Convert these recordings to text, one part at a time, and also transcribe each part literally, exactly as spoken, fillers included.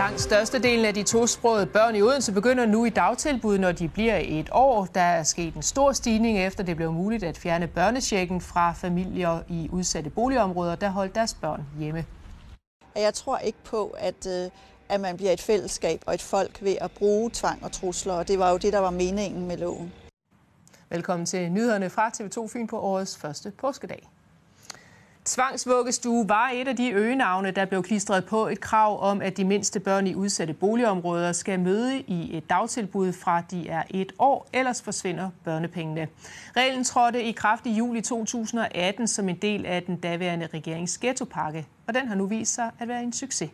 Langt størstedelen af de tosprogede børn i Odense begynder nu i dagtilbud, når de bliver et år. Der er sket en stor stigning, efter det blev muligt at fjerne børnechecken fra familier i udsatte boligområder, der holdt deres børn hjemme. Jeg tror ikke på, at, at man bliver et fællesskab og et folk ved at bruge tvang og trusler, og det var jo det, der var meningen med loven. Velkommen til nyhederne fra T V to Fyn på årets første påskedag. Tvangsvuggestue var et af de øgenavne, der blev klistret på et krav om, at de mindste børn i udsatte boligområder skal møde i et dagtilbud fra de er et år, ellers forsvinder børnepengene. Reglen trådte i kraft i juli to tusind og atten som en del af den daværende regerings ghettopakke, og den har nu vist sig at være en succes.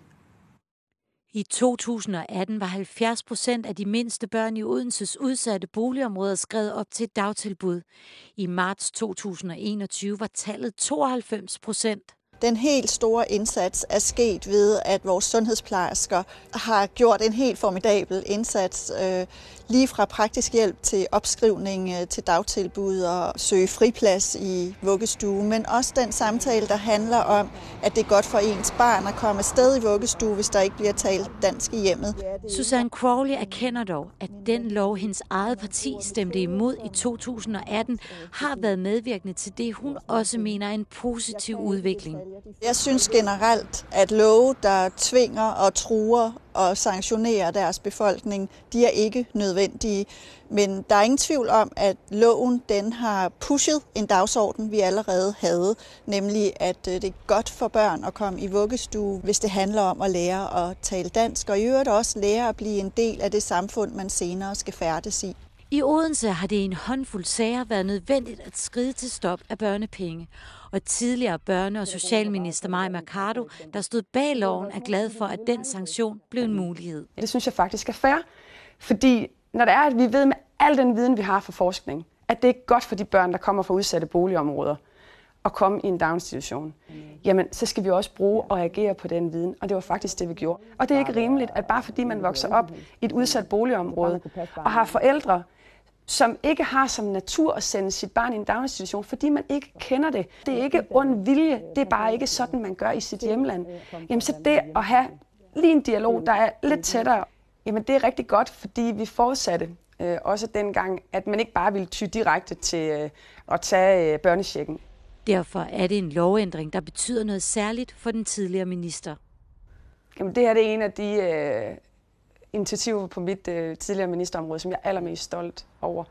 I to tusind og atten var halvfjerds procent af de mindste børn i Odenses udsatte boligområder skrevet op til et dagtilbud. I marts to tusind og enogtyve var tallet tooghalvfems procent. Den helt store indsats er sket ved, at vores sundhedsplejersker har gjort en helt formidabel indsats, øh, lige fra praktisk hjælp til opskrivning øh, til dagtilbud og søge friplads i vuggestue, men også den samtale, der handler om, at det er godt for ens barn at komme afsted i vuggestue, hvis der ikke bliver talt dansk i hjemmet. Susanne Crowley erkender dog, at den lov, hendes eget parti stemte imod i to tusind og atten, har været medvirkende til det, hun også mener er en positiv udvikling. Jeg synes generelt, at love, der tvinger og truer og sanktionerer deres befolkning, de er ikke nødvendige. Men der er ingen tvivl om, at loven den har pushet en dagsorden, vi allerede havde, nemlig at det er godt for børn at komme i vuggestue, hvis det handler om at lære at tale dansk, og i øvrigt også lære at blive en del af det samfund, man senere skal færdes i. I Odense har det i en håndfuld sager været nødvendigt at skride til stop af børnepenge. Og tidligere børne- og socialminister Mai Mercado, der stod bag loven, er glad for, at den sanktion blev en mulighed. Det synes jeg faktisk er fair, fordi når det er, at vi ved med al den viden, vi har fra forskning, at det er godt for de børn, der kommer fra udsatte boligområder, at komme i en daginstitution, jamen så skal vi også bruge og agere på den viden, og det var faktisk det, vi gjorde. Og det er ikke rimeligt, at bare fordi man vokser op i et udsat boligområde og har forældre, som ikke har som natur at sende sit barn i en daginstitution, fordi man ikke kender det. Det er ikke ond vilje, det er bare ikke sådan, man gør i sit hjemland. Jamen så det at have lige en dialog, der er lidt tættere, jamen det er rigtig godt, fordi vi fortsatte øh, også dengang, at man ikke bare ville ty direkte til øh, at tage øh, børnechecken. Derfor er det en lovændring, der betyder noget særligt for den tidligere minister. Jamen det her det er en af de øh, initiativer på mit øh, tidligere ministerområde, som jeg er allermest stolt over.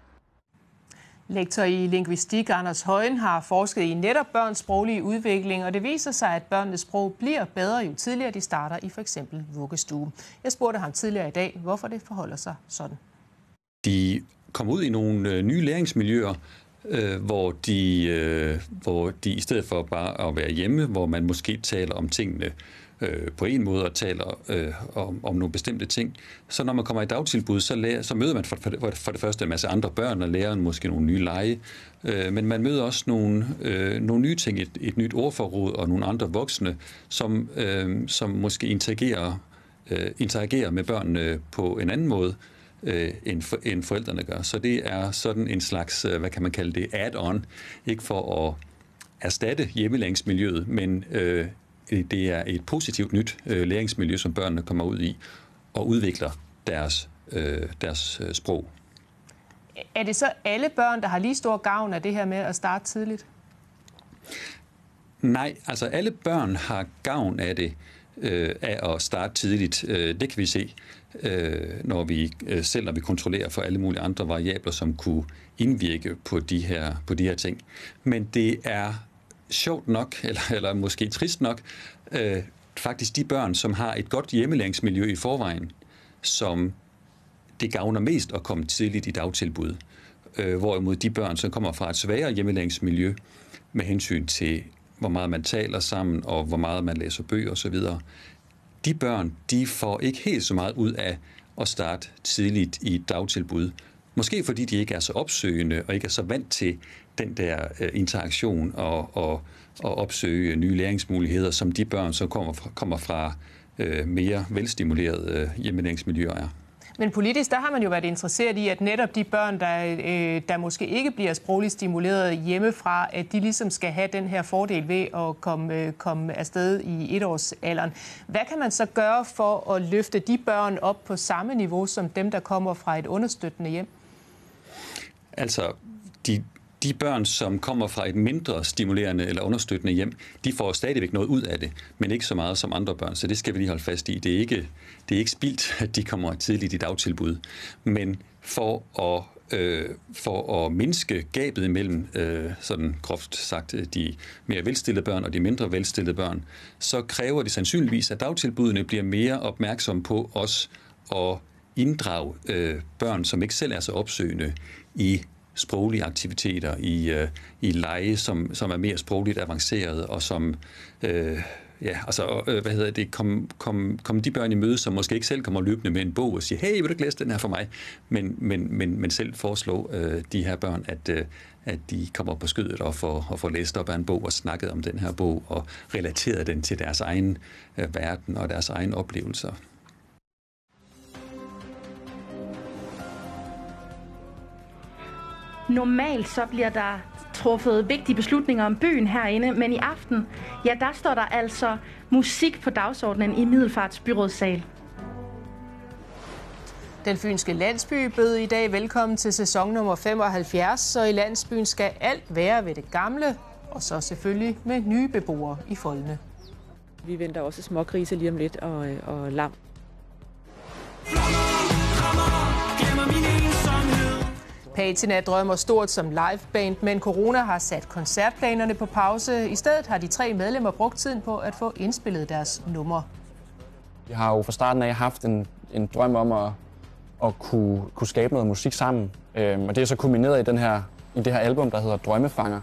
Lektor i lingvistik Anders Højen har forsket i netop børns sproglige udvikling, og det viser sig, at børnenes sprog bliver bedre, jo tidligere de starter i for eksempel vuggestue. Jeg spurgte ham tidligere i dag, hvorfor det forholder sig sådan. De kommer ud i nogle øh, nye læringsmiljøer, øh, hvor, de, øh, hvor de i stedet for bare at være hjemme, hvor man måske taler om tingene øh, på en måde og taler øh, om, om nogle bestemte ting. Så når man kommer i dagtilbud, så, lærer, så møder man for, for, for det første en masse andre børn og lærer måske nogle nye lege. Øh, men man møder også nogle, øh, nogle nye ting, et, et nyt ordforråd og nogle andre voksne, som, øh, som måske interagerer, øh, interagerer med børnene på en anden måde, øh, end, for, end forældrene gør. Så det er sådan en slags, øh, hvad kan man kalde det, add-on, ikke for at erstatte hjemmelæringsmiljøet, men øh, det er et positivt nyt øh, læringsmiljø, som børnene kommer ud i og udvikler deres, øh, deres øh, sprog. Er det så alle børn, der har lige stor gavn af det her med at starte tidligt? Nej, altså alle børn har gavn af det, øh, af at starte tidligt. Øh, det kan vi se, øh, når vi, øh, selv når vi kontrollerer for alle mulige andre variabler, som kunne indvirke på de her, på de her ting. Men det er sjovt nok, eller, eller måske trist nok, øh, faktisk de børn, som har et godt hjemmelæringsmiljø i forvejen, som det gavner mest at komme tidligt i dagtilbud. Øh, hvorimod de børn, som kommer fra et svagere hjemmelæringsmiljø, med hensyn til, hvor meget man taler sammen, og hvor meget man læser bøger osv., de børn, de får ikke helt så meget ud af at starte tidligt i et dagtilbud. Måske fordi de ikke er så opsøgende, og ikke er så vant til den der øh, interaktion og, og, og opsøge nye læringsmuligheder, som de børn, som kommer fra, kommer fra øh, mere velstimulerede øh, hjemmelæringsmiljøer er. Men politisk, der har man jo været interesseret i, at netop de børn, der, øh, der måske ikke bliver sprogligt stimuleret hjemmefra, at de ligesom skal have den her fordel ved at komme, øh, komme afsted i etårsalderen. Hvad kan man så gøre for at løfte de børn op på samme niveau som dem, der kommer fra et understøttende hjem? Altså, de De børn, som kommer fra et mindre stimulerende eller understøttende hjem, de får stadigvæk noget ud af det, men ikke så meget som andre børn, så det skal vi lige holde fast i. Det er ikke, det er ikke spildt, at de kommer tidligt i dagtilbud, men for at, øh, for at mindske gabet imellem, øh, sådan groft sagt, de mere velstillede børn og de mindre velstillede børn, så kræver det sandsynligvis, at dagtilbudene bliver mere opmærksomme på os at inddrage øh, børn, som ikke selv er så opsøgende i sproglige aktiviteter, i, øh, i lege, som, som er mere sprogligt avanceret, og som, øh, ja, altså, øh, hvad hedder det, kom, kom, kom de børn i møde, som måske ikke selv kommer løbende med en bog og siger, hey, vil du ikke læse den her for mig? Men, men, men, men selv foreslå øh, de her børn, at, øh, at de kommer på skødet og får, og får læst op af en bog og snakket om den her bog, og relateret den til deres egen øh, verden og deres egen oplevelser. Normalt så bliver der truffet vigtige beslutninger om byen herinde, men i aften, ja, der står der altså musik på dagsordenen i Middelfarts byrådssal. Den fynske landsby bød i dag velkommen til sæson nummer femoghalvfjerds, så i landsbyen skal alt være ved det gamle, og så selvfølgelig med nye beboere i foldene. Vi venter også smågrise lige om lidt og, og lam. Patina drømmer stort som liveband, men corona har sat koncertplanerne på pause. I stedet har de tre medlemmer brugt tiden på at få indspillet deres numre. Jeg har jo fra starten af haft en, en drøm om at, at kunne, kunne skabe noget musik sammen. Øhm, og det er så kulmineret i, den her, i det her album, der hedder Drømmefanger.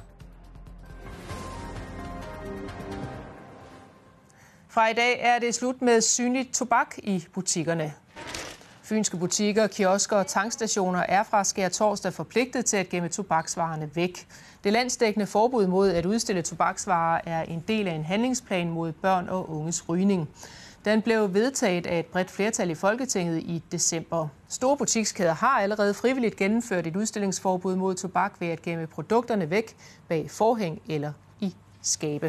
Fra i dag er det slut med synligt tobak i butikkerne. Fynske butikker, kiosker og tankstationer er fra skærtorsdag forpligtet til at gemme tobaksvarerne væk. Det landsdækkende forbud mod at udstille tobaksvarer er en del af en handlingsplan mod børn og unges rygning. Den blev vedtaget af et bredt flertal i Folketinget i december. Store butikskæder har allerede frivilligt gennemført et udstillingsforbud mod tobak ved at gemme produkterne væk bag forhæng eller i skabe.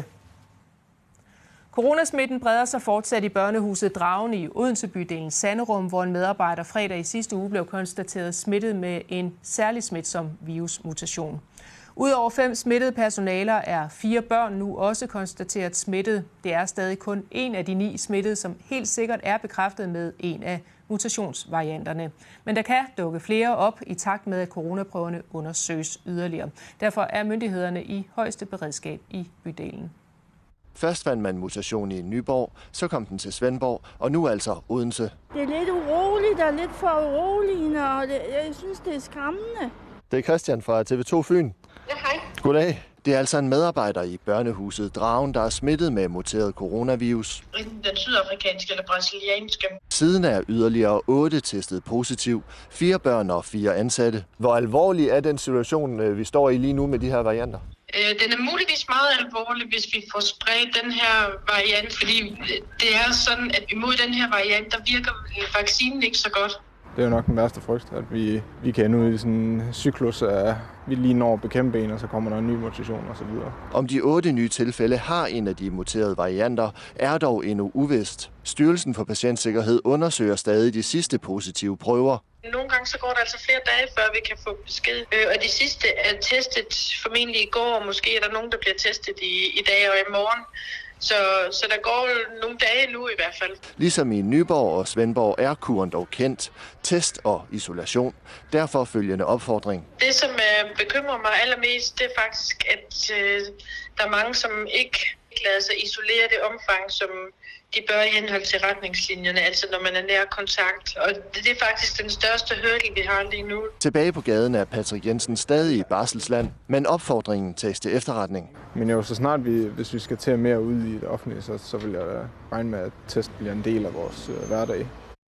Coronasmitten breder sig fortsat i børnehuset Dragen i Odense-bydelen Sanderum, hvor en medarbejder fredag i sidste uge blev konstateret smittet med en særlig smitsom virusmutation. Udover fem smittede personaler er fire børn nu også konstateret smittet. Det er stadig kun en af de ni smittede, som helt sikkert er bekræftet med en af mutationsvarianterne. Men der kan dukke flere op i takt med, at coronaprøverne undersøges yderligere. Derfor er myndighederne i højeste beredskab i bydelen. Først fandt man mutation i Nyborg, så kom den til Svendborg, og nu altså Odense. Det er lidt uroligt og lidt for uroligende, og det, jeg synes, det er skræmmende. Det er Christian fra T V to Fyn. Ja, hej. Goddag. Det er altså en medarbejder i børnehuset Dragen, der er smittet med muteret coronavirus. Den sydafrikanske eller brasilianske. Siden er yderligere otte testet positiv, fire børn og fire ansatte. Hvor alvorlig er den situation, vi står i lige nu med de her varianter? Den er muligvis meget alvorlig, hvis vi får spredt den her variant, fordi det er sådan, at imod den her variant, der virker vaccinen ikke så godt. Det er jo nok den værste frygt, at vi, vi kan ende ud i sådan en cyklus af, vi lige når at bekæmpe en, og så kommer der en ny mutation osv. Om de otte nye tilfælde har en af de muterede varianter, er dog endnu uvist. Styrelsen for Patientsikkerhed undersøger stadig de sidste positive prøver. Nogle gange så går der altså flere dage, før vi kan få besked. Og de sidste er testet formentlig i går, og måske er der nogen, der bliver testet i, i dag og i morgen. Så, så der går nogle dage nu i hvert fald. Ligesom i Nyborg og Svendborg er kuren dog kendt. Test og isolation. Derfor følgende opfordring. Det, som uh, bekymrer mig allermest, det er faktisk, at uh, der er mange, som ikke lader sig isolere det omfang, som de bør i henhold til retningslinjerne, altså når man er nær kontakt. Og det er faktisk den største hurdle, vi har lige nu. Tilbage på gaden er Patrick Jensen stadig i barselsland, men opfordringen tages til efterretning. Men jo, så snart vi, hvis vi skal til mere ud i det offentlige, så, så vil jeg regne med, at test bliver en del af vores øh, hverdag.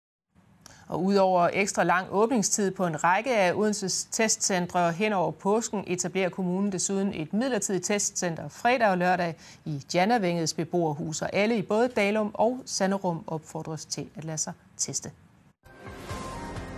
Og udover ekstra lang åbningstid på en række af Odenses testcentre hen over påsken, etablerer kommunen desuden et midlertidigt testcenter fredag og lørdag i Jannavængets beboerhus, og alle i både Dalum og Sanderum opfordres til at lade sig teste.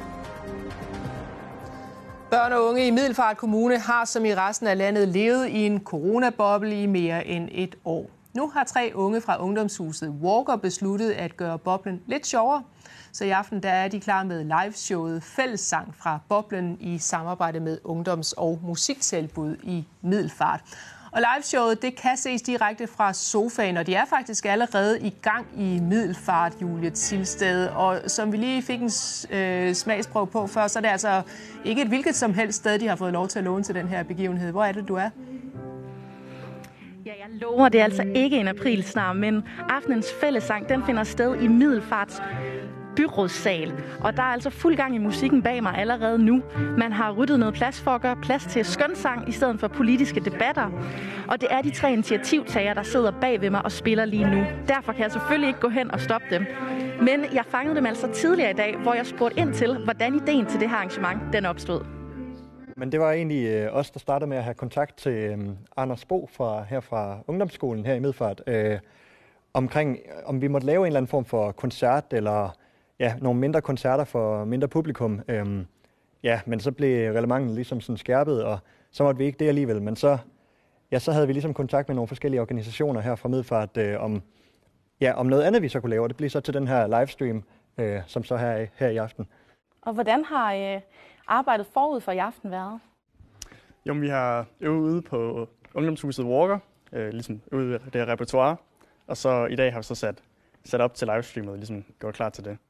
Børn og unge i Middelfart Kommune har som i resten af landet levet i en coronaboble i mere end et år. Nu har tre unge fra ungdomshuset Walker besluttet at gøre boblen lidt sjovere. Så i aften der er de klar med liveshowet Fællessang fra boblen i samarbejde med ungdoms- og musiktilbud i Middelfart. Og liveshowet det kan ses direkte fra sofaen, og de er faktisk allerede i gang i Middelfart, Julie Tilsted. Og som vi lige fik en øh, smagsprøve på før, så er det altså ikke et hvilket som helst sted, de har fået lov til at låne til den her begivenhed. Hvor er det, du er? Ja, jeg lover, det er altså ikke en aprilsnar, men aftenens fællessang, den finder sted i Middelfarts byrådssal. Og der er altså fuld gang i musikken bag mig allerede nu. Man har ryddet noget plads for at gøre plads til skønsang i stedet for politiske debatter. Og det er de tre initiativtagere, der sidder bag ved mig og spiller lige nu. Derfor kan jeg selvfølgelig ikke gå hen og stoppe dem. Men jeg fangede dem altså tidligere i dag, hvor jeg spurgte ind til, hvordan ideen til det her arrangement den opstod. Men det var egentlig øh, os, der startede med at have kontakt til øh, Anders Bo fra, her fra ungdomsskolen her i Middelfart, øh, omkring om vi måtte lave en eller anden form for koncert, eller ja, nogle mindre koncerter for mindre publikum. Øh, ja, men så blev reglementet ligesom sådan skærpet, og så måtte vi ikke det alligevel. Men så, ja, så havde vi ligesom kontakt med nogle forskellige organisationer her fra Middelfart, øh, om, ja, om noget andet, vi så kunne lave, og det blev så til den her livestream, øh, som så her, her i aften. Og hvordan har øh, arbejdet forud for i aften været? Jo, vi har øvet ude på ungdomshuset Walker, øh, ligesom ude af det her repertoire. Og så i dag har vi så sat, sat op til livestreamet og ligesom gjort klar til det.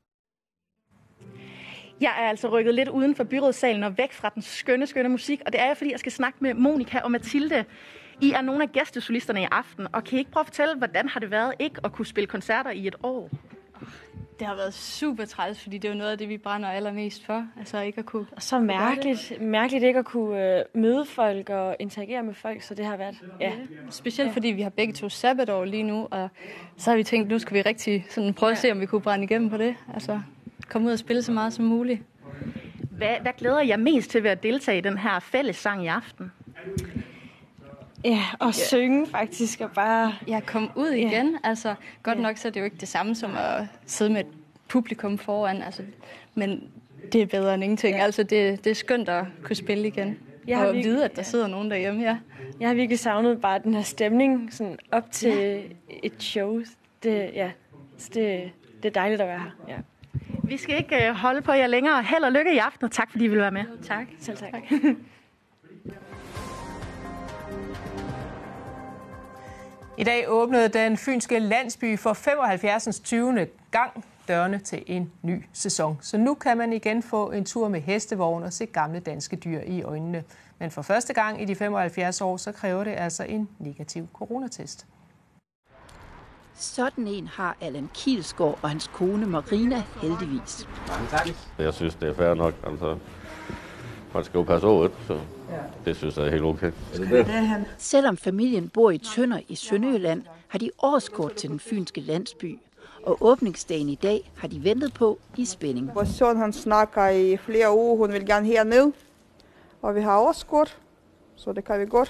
Jeg er altså rykket lidt uden for byrådssalen og væk fra den skønne, skønne musik. Og det er jeg, fordi jeg skal snakke med Monika og Mathilde. I er nogle af gæstesolisterne i aften. Og kan I ikke prøve at fortælle, hvordan har det været ikke at kunne spille koncerter i et år? Det har været super træls, fordi det er jo noget af det, vi brænder allermest for. Altså ikke at kunne... Og så mærkeligt, mærkeligt ikke at kunne øh, møde folk og interagere med folk, så det har været... Ja, specielt ja. Fordi vi har begge to sabbatår lige nu, og så har vi tænkt, nu skal vi rigtig sådan prøve at se, om vi kunne brænde igennem på det. Altså komme ud og spille så meget som muligt. Hvad, hvad glæder jeg mest til ved at deltage i den her fællessang i aften? Ja, og ja. synge faktisk, og bare... Ja, komme ud igen. Ja. Altså, godt ja. nok, så er det jo ikke det samme som at sidde med et publikum foran, altså, men det er bedre end ingenting. Ja. Altså, det, det er skønt at kunne spille igen. Jeg har og virkelig, vide, at der ja. sidder nogen derhjemme, ja. Jeg har virkelig savnet bare den her stemning, sådan op til ja. et show. Det, ja, det, det er dejligt at være her, ja. Vi skal ikke holde på jer længere. Held og lykke i aften, og tak fordi I vil være med. Jo, tak. Selv tak. tak. I dag åbnede den fynske landsby for femoghalvfjerdsindstyvende tyvende gang dørene til en ny sæson. Så nu kan man igen få en tur med hestevogn og se gamle danske dyr i øjnene. Men for første gang i de femoghalvfjerds år, så kræver det altså en negativ coronatest. Sådan en har Allan Kielsgaard og hans kone Marina heldigvis. Jeg synes, det er fair nok. Altså, man skal jo passe over, så det synes jeg er helt okay. Selvom familien bor i Tønder i Sønderjylland, har de årskort til den fynske landsby. Og åbningsdagen i dag har de ventet på i spænding. Vores søn han snakker i flere uger, hun vil gerne herned. Og vi har årskort, så det kan vi godt.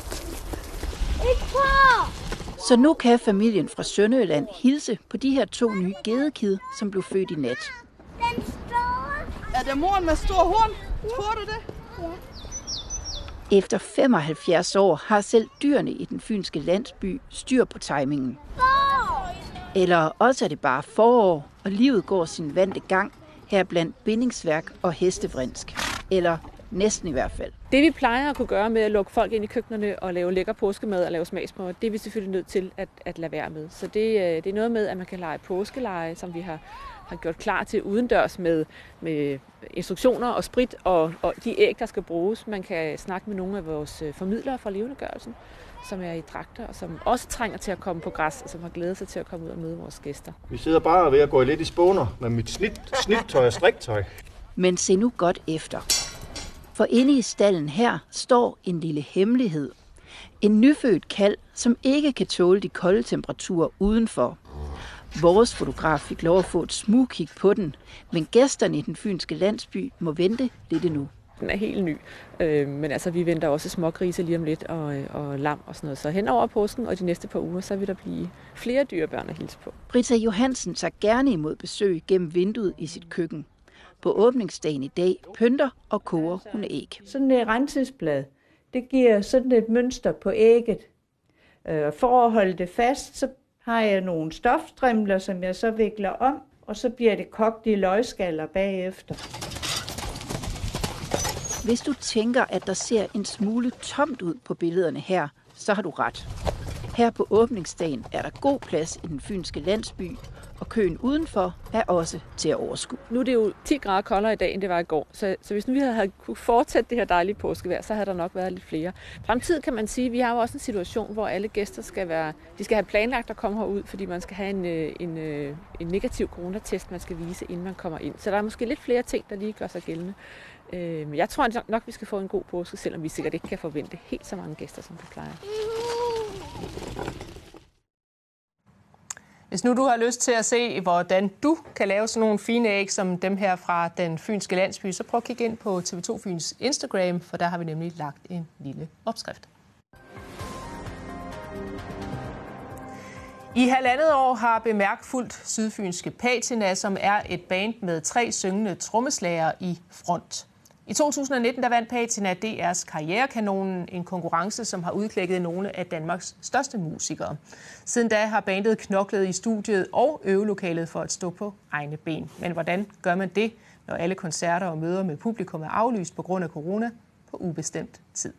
Så nu kan familien fra Sønderjylland hilse på de her to nye gedekid, som blev født i nat. Den store. Er det moren med stor horn? Tror du det? Ja. Efter femoghalvfjerds år har selv dyrene i den fynske landsby styr på timingen. Eller også er det bare forår, og livet går sin vante gang, her blandt bindingsværk og hestevrinsk. Eller næsten i hvert fald. Det vi plejer at kunne gøre med at lukke folk ind i køkkenerne og lave lækker påskemad og lave smagsmad, det er vi selvfølgelig nødt til at, at lade være med. Så det, det er noget med, at man kan lege påskeleje, som vi har, har gjort klar til udendørs med, med instruktioner og sprit og, og de æg, der skal bruges. Man kan snakke med nogle af vores formidlere fra levendegørelsen, som er i dragter og som også trænger til at komme på græs, og som har glædet sig til at komme ud og møde vores gæster. Vi sidder bare ved at gå lidt i spåner med mit snit, snittøj og striktøj. Men se nu godt efter. For inde i stallen her står en lille hemmelighed. En nyfødt kalv, som ikke kan tåle de kolde temperaturer udenfor. Vores fotograf fik lov at få et smugkig på den, men gæsterne i den fynske landsby må vente lidt endnu. Den er helt ny, øh, men altså vi venter også smågrise lige om lidt og, og lam og sådan noget. Så hen over påsken og de næste par uger, så vil der blive flere dyrebørn at hilse på. Britta Johansen tager gerne imod besøg gennem vinduet i sit køkken. På åbningsdagen i dag pynter og koger hun æg. Sådan et renselsblad, det giver sådan et mønster på ægget. For at holde det fast, så har jeg nogle stofstrimler, som jeg så vikler om, og så bliver det kogt i løgskaller bagefter. Hvis du tænker, at der ser en smule tomt ud på billederne her, så har du ret. Her på åbningsdagen er der god plads i den fynske landsby, og køen udenfor er også til at overskue. Nu er det jo ti grader koldere i dag, end det var i går, så, så hvis nu vi havde kunne fortsætte det her dejlige påskevejr, så havde der nok været lidt flere. Fremtiden kan man sige, at vi har jo også en situation, hvor alle gæster skal være, de skal have planlagt at komme herud, fordi man skal have en, en, en negativ coronatest, man skal vise, inden man kommer ind. Så der er måske lidt flere ting, der lige gør sig gældende. Men jeg tror nok, vi skal få en god påske, selvom vi sikkert ikke kan forvente helt så mange gæster, som vi plejer. Hvis nu du har lyst til at se, hvordan du kan lave sådan nogle fine æg som dem her fra den fynske landsby, så prøv at kigge ind på T V to Fyns Instagram, for der har vi nemlig lagt en lille opskrift. I halvandet år har Bemærk fulgt sydfynske Patina, som er et band med tre syngende trommeslagere i front. I to tusind nitten der vandt Patina D R's Karrierekanonen, en konkurrence, som har udklækket nogle af Danmarks største musikere. Siden da har bandet knoklet i studiet og øvelokalet for at stå på egne ben. Men hvordan gør man det, når alle koncerter og møder med publikum er aflyst på grund af corona på ubestemt tid?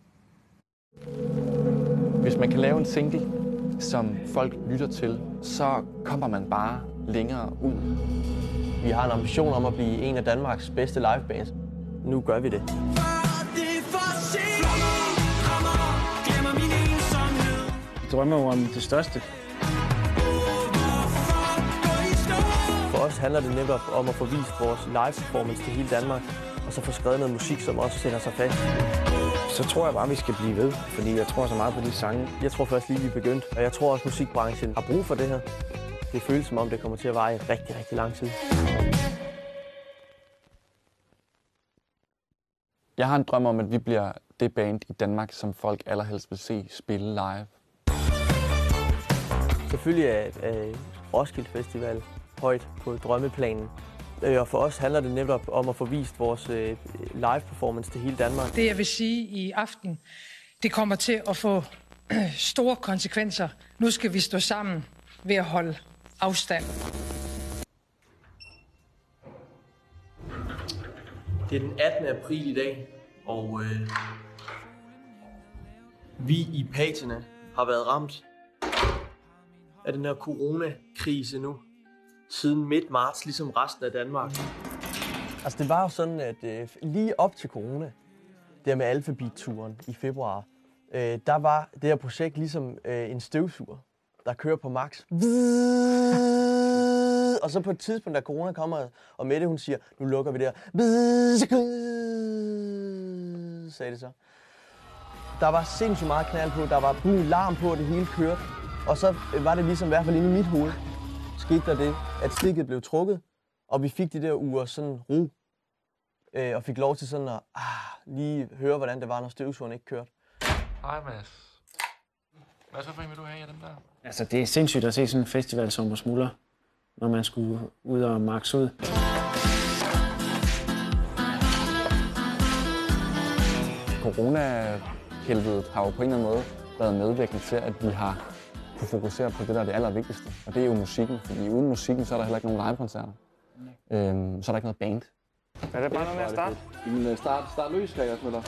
Hvis man kan lave en single, som folk lytter til, så kommer man bare længere ud. Vi har en ambition om at blive en af Danmarks bedste livebands. Nu gør vi det. Jeg drømmer jo om det største. For os handler det netop om at få vist vores live-performance til hele Danmark, og så få skrevet noget musik, som også sætter sig fast. Så tror jeg bare, vi skal blive ved, fordi jeg tror så meget på de sange. Jeg tror først lige, vi er begyndt, og jeg tror også, musikbranchen har brug for det her. Det føles som om, det kommer til at vare i rigtig, rigtig lang tid. Jeg har en drøm om, at vi bliver det band i Danmark, som folk allerhelst vil se spille live. Selvfølgelig er, er Roskilde Festival højt på drømmeplanen. Og for os handler det netop om at få vist vores live-performance til hele Danmark. Det jeg vil sige i aften, det kommer til at få store konsekvenser. Nu skal vi stå sammen ved at holde afstand. Det er den attende april i dag, og øh, vi i Patina har været ramt af den her coronakrise nu, siden midt marts, ligesom resten af Danmark. Altså det var jo sådan, at øh, lige op til corona, der med Alphabet-turen i februar, øh, der var det her projekt ligesom øh, en støvsuger, der kører på max. Og så på et tidspunkt, da corona kommer, og Mette hun siger, nu lukker vi der. Sagde det så. Der var sindssygt meget knald på, der var brug larm på, det hele kørte. Og så var det ligesom i hvert fald inde i mit hoved, skete der det, at stikket blev trukket, og vi fik de der uger sådan ro, øh, og fik lov til sådan at ah, lige høre, hvordan det var, når støvsugeren ikke kørte. Hej Mads. Hvad så for en vil du have af dem der? Altså, det er sindssygt at se sådan en festival som på Smuldrer, når man skulle ud og max ud. Corona-helvedet har jo på en eller anden måde været medvirkende til, at vi har kunne fokusere på det, der er det allervigtigste. Og det er jo musikken, fordi uden musikken, så er der heller ikke nogen live-koncerter. Øhm, så er der ikke noget band. Er det bare noget med at starte? Jamen, start, start løs, kan jeg smide.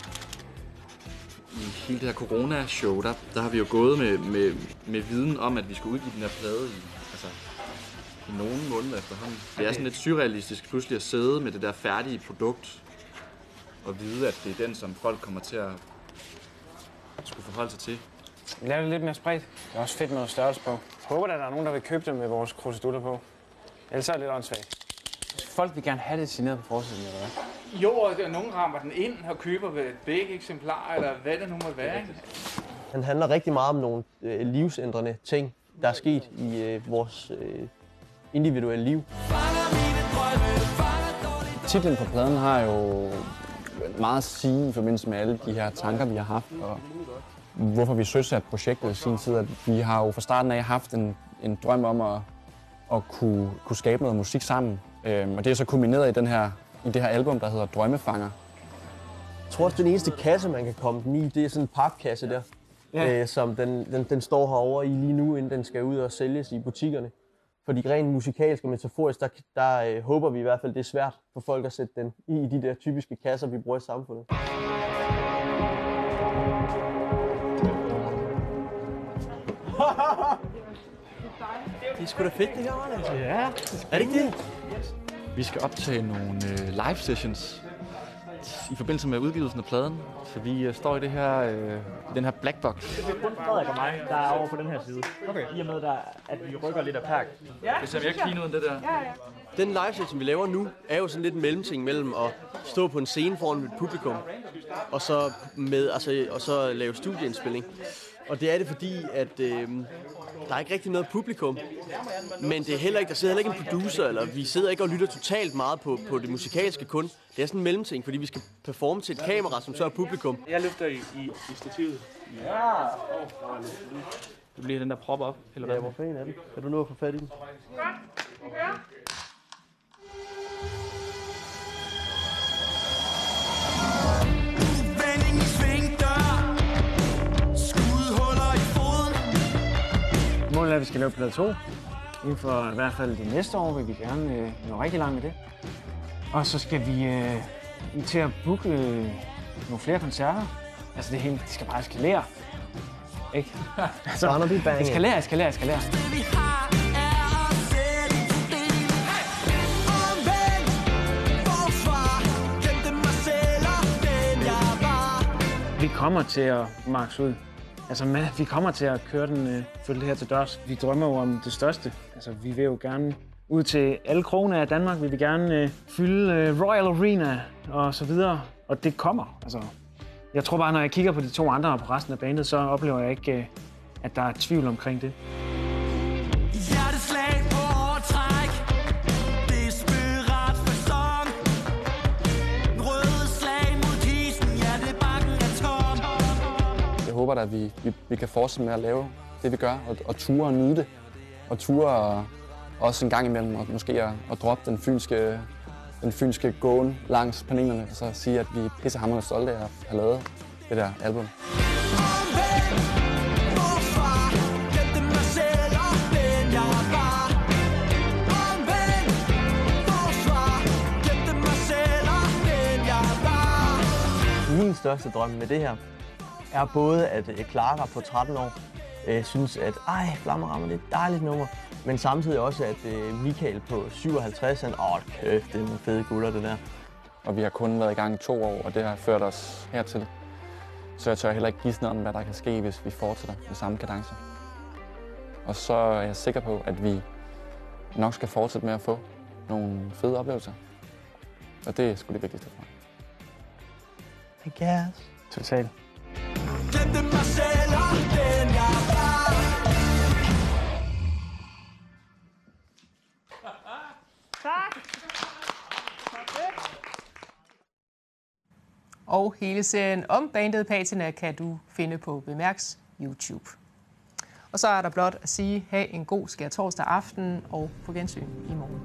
I hele det her corona-show, der, der har vi jo gået med, med, med viden om, at vi skulle udgive den her plade i, altså, i nogle måneder efterhånden. Okay. Det er sådan lidt surrealistisk pludselig at sidde med det der færdige produkt og vide, at det er den, som folk kommer til at skulle forholde sig til. Vi laver det lidt mere spredt. Det er også fedt med noget størrelse på. Jeg håber, at der er nogen, der vil købe det med vores kruseduller på. Ellers er det lidt åndssvagt. Folk vil gerne have det signeret på forsiden, eller hvad? Jo, og nogen rammer den ind og køber begge eksemplarer, eller hvad det nu må være. Den handler rigtig meget om nogle øh, livsændrende ting, der er sket i øh, vores øh, individuelle liv. Titlen på pladen har jo meget at sige i forbindelse med alle de her tanker, vi har haft, og hvorfor vi søsatte projektet i sin tid. At vi har jo fra starten af haft en, en drøm om at, at kunne, kunne skabe noget musik sammen, Øhm, og det er så kulmineret i, den her, i det her album, der hedder Drømmefanger. Jeg tror også, den eneste kasse, man kan komme den i, det er sådan en papkasse der, ja. øh, som den, den, den står herovre i lige nu, inden den skal ud og sælges i butikkerne. Fordi rent musikalsk og metaforisk, der, der øh, håber vi i hvert fald, det er svært for folk at sætte den i, i de der typiske kasser, vi bruger i samfundet. Det er sgu da fedt, det her, altså. Ja. Er det ikke det? Vi skal optage nogle øh, live sessions i forbindelse med udgivelsen af pladen. Så vi øh, står i det her, øh, den her black box. Det er kun Frederik og mig, der er over på den her side. Okay. I og med, der, at vi rykker lidt af perk. Ja, det ser virkelig fint ud, det der. Ja, ja. Den live session, vi laver nu, er jo sådan lidt en mellemting mellem at stå på en scene foran et publikum, og så, med, altså, og så lave studieindspilning. Og det er det fordi, at øh, der er ikke rigtig noget publikum, men det er heller ikke, der sidder heller ikke en producer, eller vi sidder ikke og lytter totalt meget på, på det musikalske kun. Det er sådan en mellemting, fordi vi skal performe til et kamera, som så er publikum. Jeg løfter i, i, i stativet. Ja! Oh, det bliver den der prop op, eller hvad? Ja, hvor fanden er det? Kan du nå at få fat i den? Målet er, at vi skal lave plade to. Inden for i hvert fald det næste år vil vi gerne øh, nå rigtig langt med det. Og så skal vi øh, til at booke øh, nogle flere koncerter. Altså det hele, det skal bare eskalere. Ikke? Altså, eskalere, eskalere, eskalere. Vi kommer til at max ud. Altså, man, vi kommer til at køre den, øh, følge det her til dørs. Vi drømmer jo om det største. Altså, vi vil jo gerne ud til alle krogene af Danmark. Vi vil gerne øh, fylde øh, Royal Arena og så videre. Og det kommer. Altså, jeg tror bare, når jeg kigger på de to andre og på resten af bandet, så oplever jeg ikke, øh, at der er tvivl omkring det. Hjerteslag på overtræk. Desperat fasong. Røde slag mod kisten. Ja, det bakken er tom. Jeg håber at vi, vi, vi kan fortsætte med at lave det, vi gør, og, og ture og nyde det. Og ture og også en gang imellem, og måske at, at droppe den fynske, den fynske gåen langs panelerne, og så sige, at vi er pissehamrende stolte af at have lavet det der album. Min største drøm med det her er både, at Clara på tretten år øh, synes, at ej, Flammerammer, det er et dejligt nummer, men samtidig også, at øh, Michael på syvoghalvtreds, han, åh kæft, det er nogle fede gutter, det der. Og vi har kun været i gang i to år, og det har ført os hertil. Så jeg tør heller ikke gisne om, hvad der kan ske, hvis vi fortsætter med samme kadence. Og så er jeg sikker på, at vi nok skal fortsætte med at få nogle fede oplevelser. Og det er sgu det vigtigste for mig. I guess. Totalt. Og hele serien om bandet Patina kan du finde på Bemærks YouTube. Og så er der blot at sige, have en god skærtorsdag aften og på gensyn i morgen.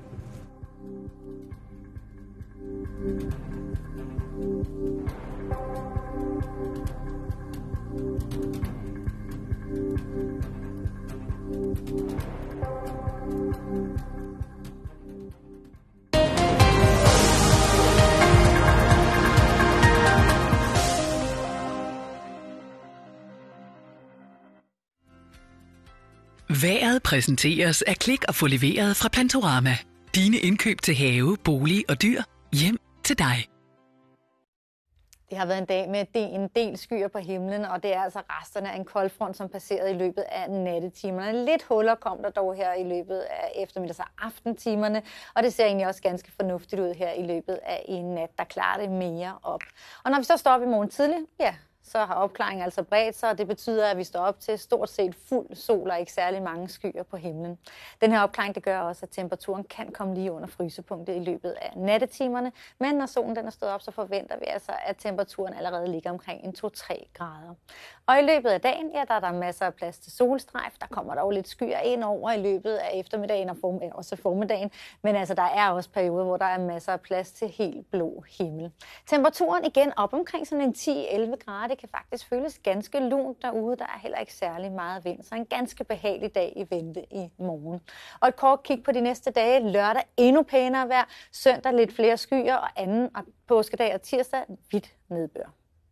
Vejret præsenteres af Klik og få leveret fra Plantorama. Dine indkøb til have, bolig og dyr hjem til dig. Det har været en dag med en del skyer på himlen, og det er altså resterne af en koldfront, som passerede i løbet af nattetimerne. Lidt huller kom der dog her i løbet af eftermiddags- og aftentimerne, og det ser egentlig også ganske fornuftigt ud her i løbet af en nat, der klarer det mere op. Og når vi så står op i morgen tidlig, ja, så har opklaringen altså bredt sig, og det betyder, at vi står op til stort set fuld sol og ikke særlig mange skyer på himlen. Den her opklaring det gør også, at temperaturen kan komme lige under frysepunktet i løbet af nattetimerne, men når solen den er stået op, så forventer vi altså, at temperaturen allerede ligger omkring en to til tre grader. Og i løbet af dagen, ja, der er der masser af plads til solstrejf. Der kommer dog lidt skyer ind over i løbet af eftermiddagen og form- også formiddagen, men altså der er også perioder, hvor der er masser af plads til helt blå himmel. Temperaturen igen op omkring sådan en ti til elleve grader. Det kan faktisk føles ganske lunt derude. Der er heller ikke særlig meget vind, så en ganske behagelig dag i vente i morgen. Og et kort kig på de næste dage. Lørdag endnu pænere vejr, søndag lidt flere skyer og anden og påskedag og tirsdag hvidt nedbør.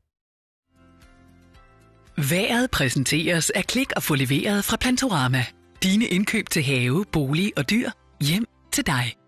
Vejret præsenteres af Klik og få leveret fra Plantorama. Dine indkøb til have, bolig og dyr hjem til dig.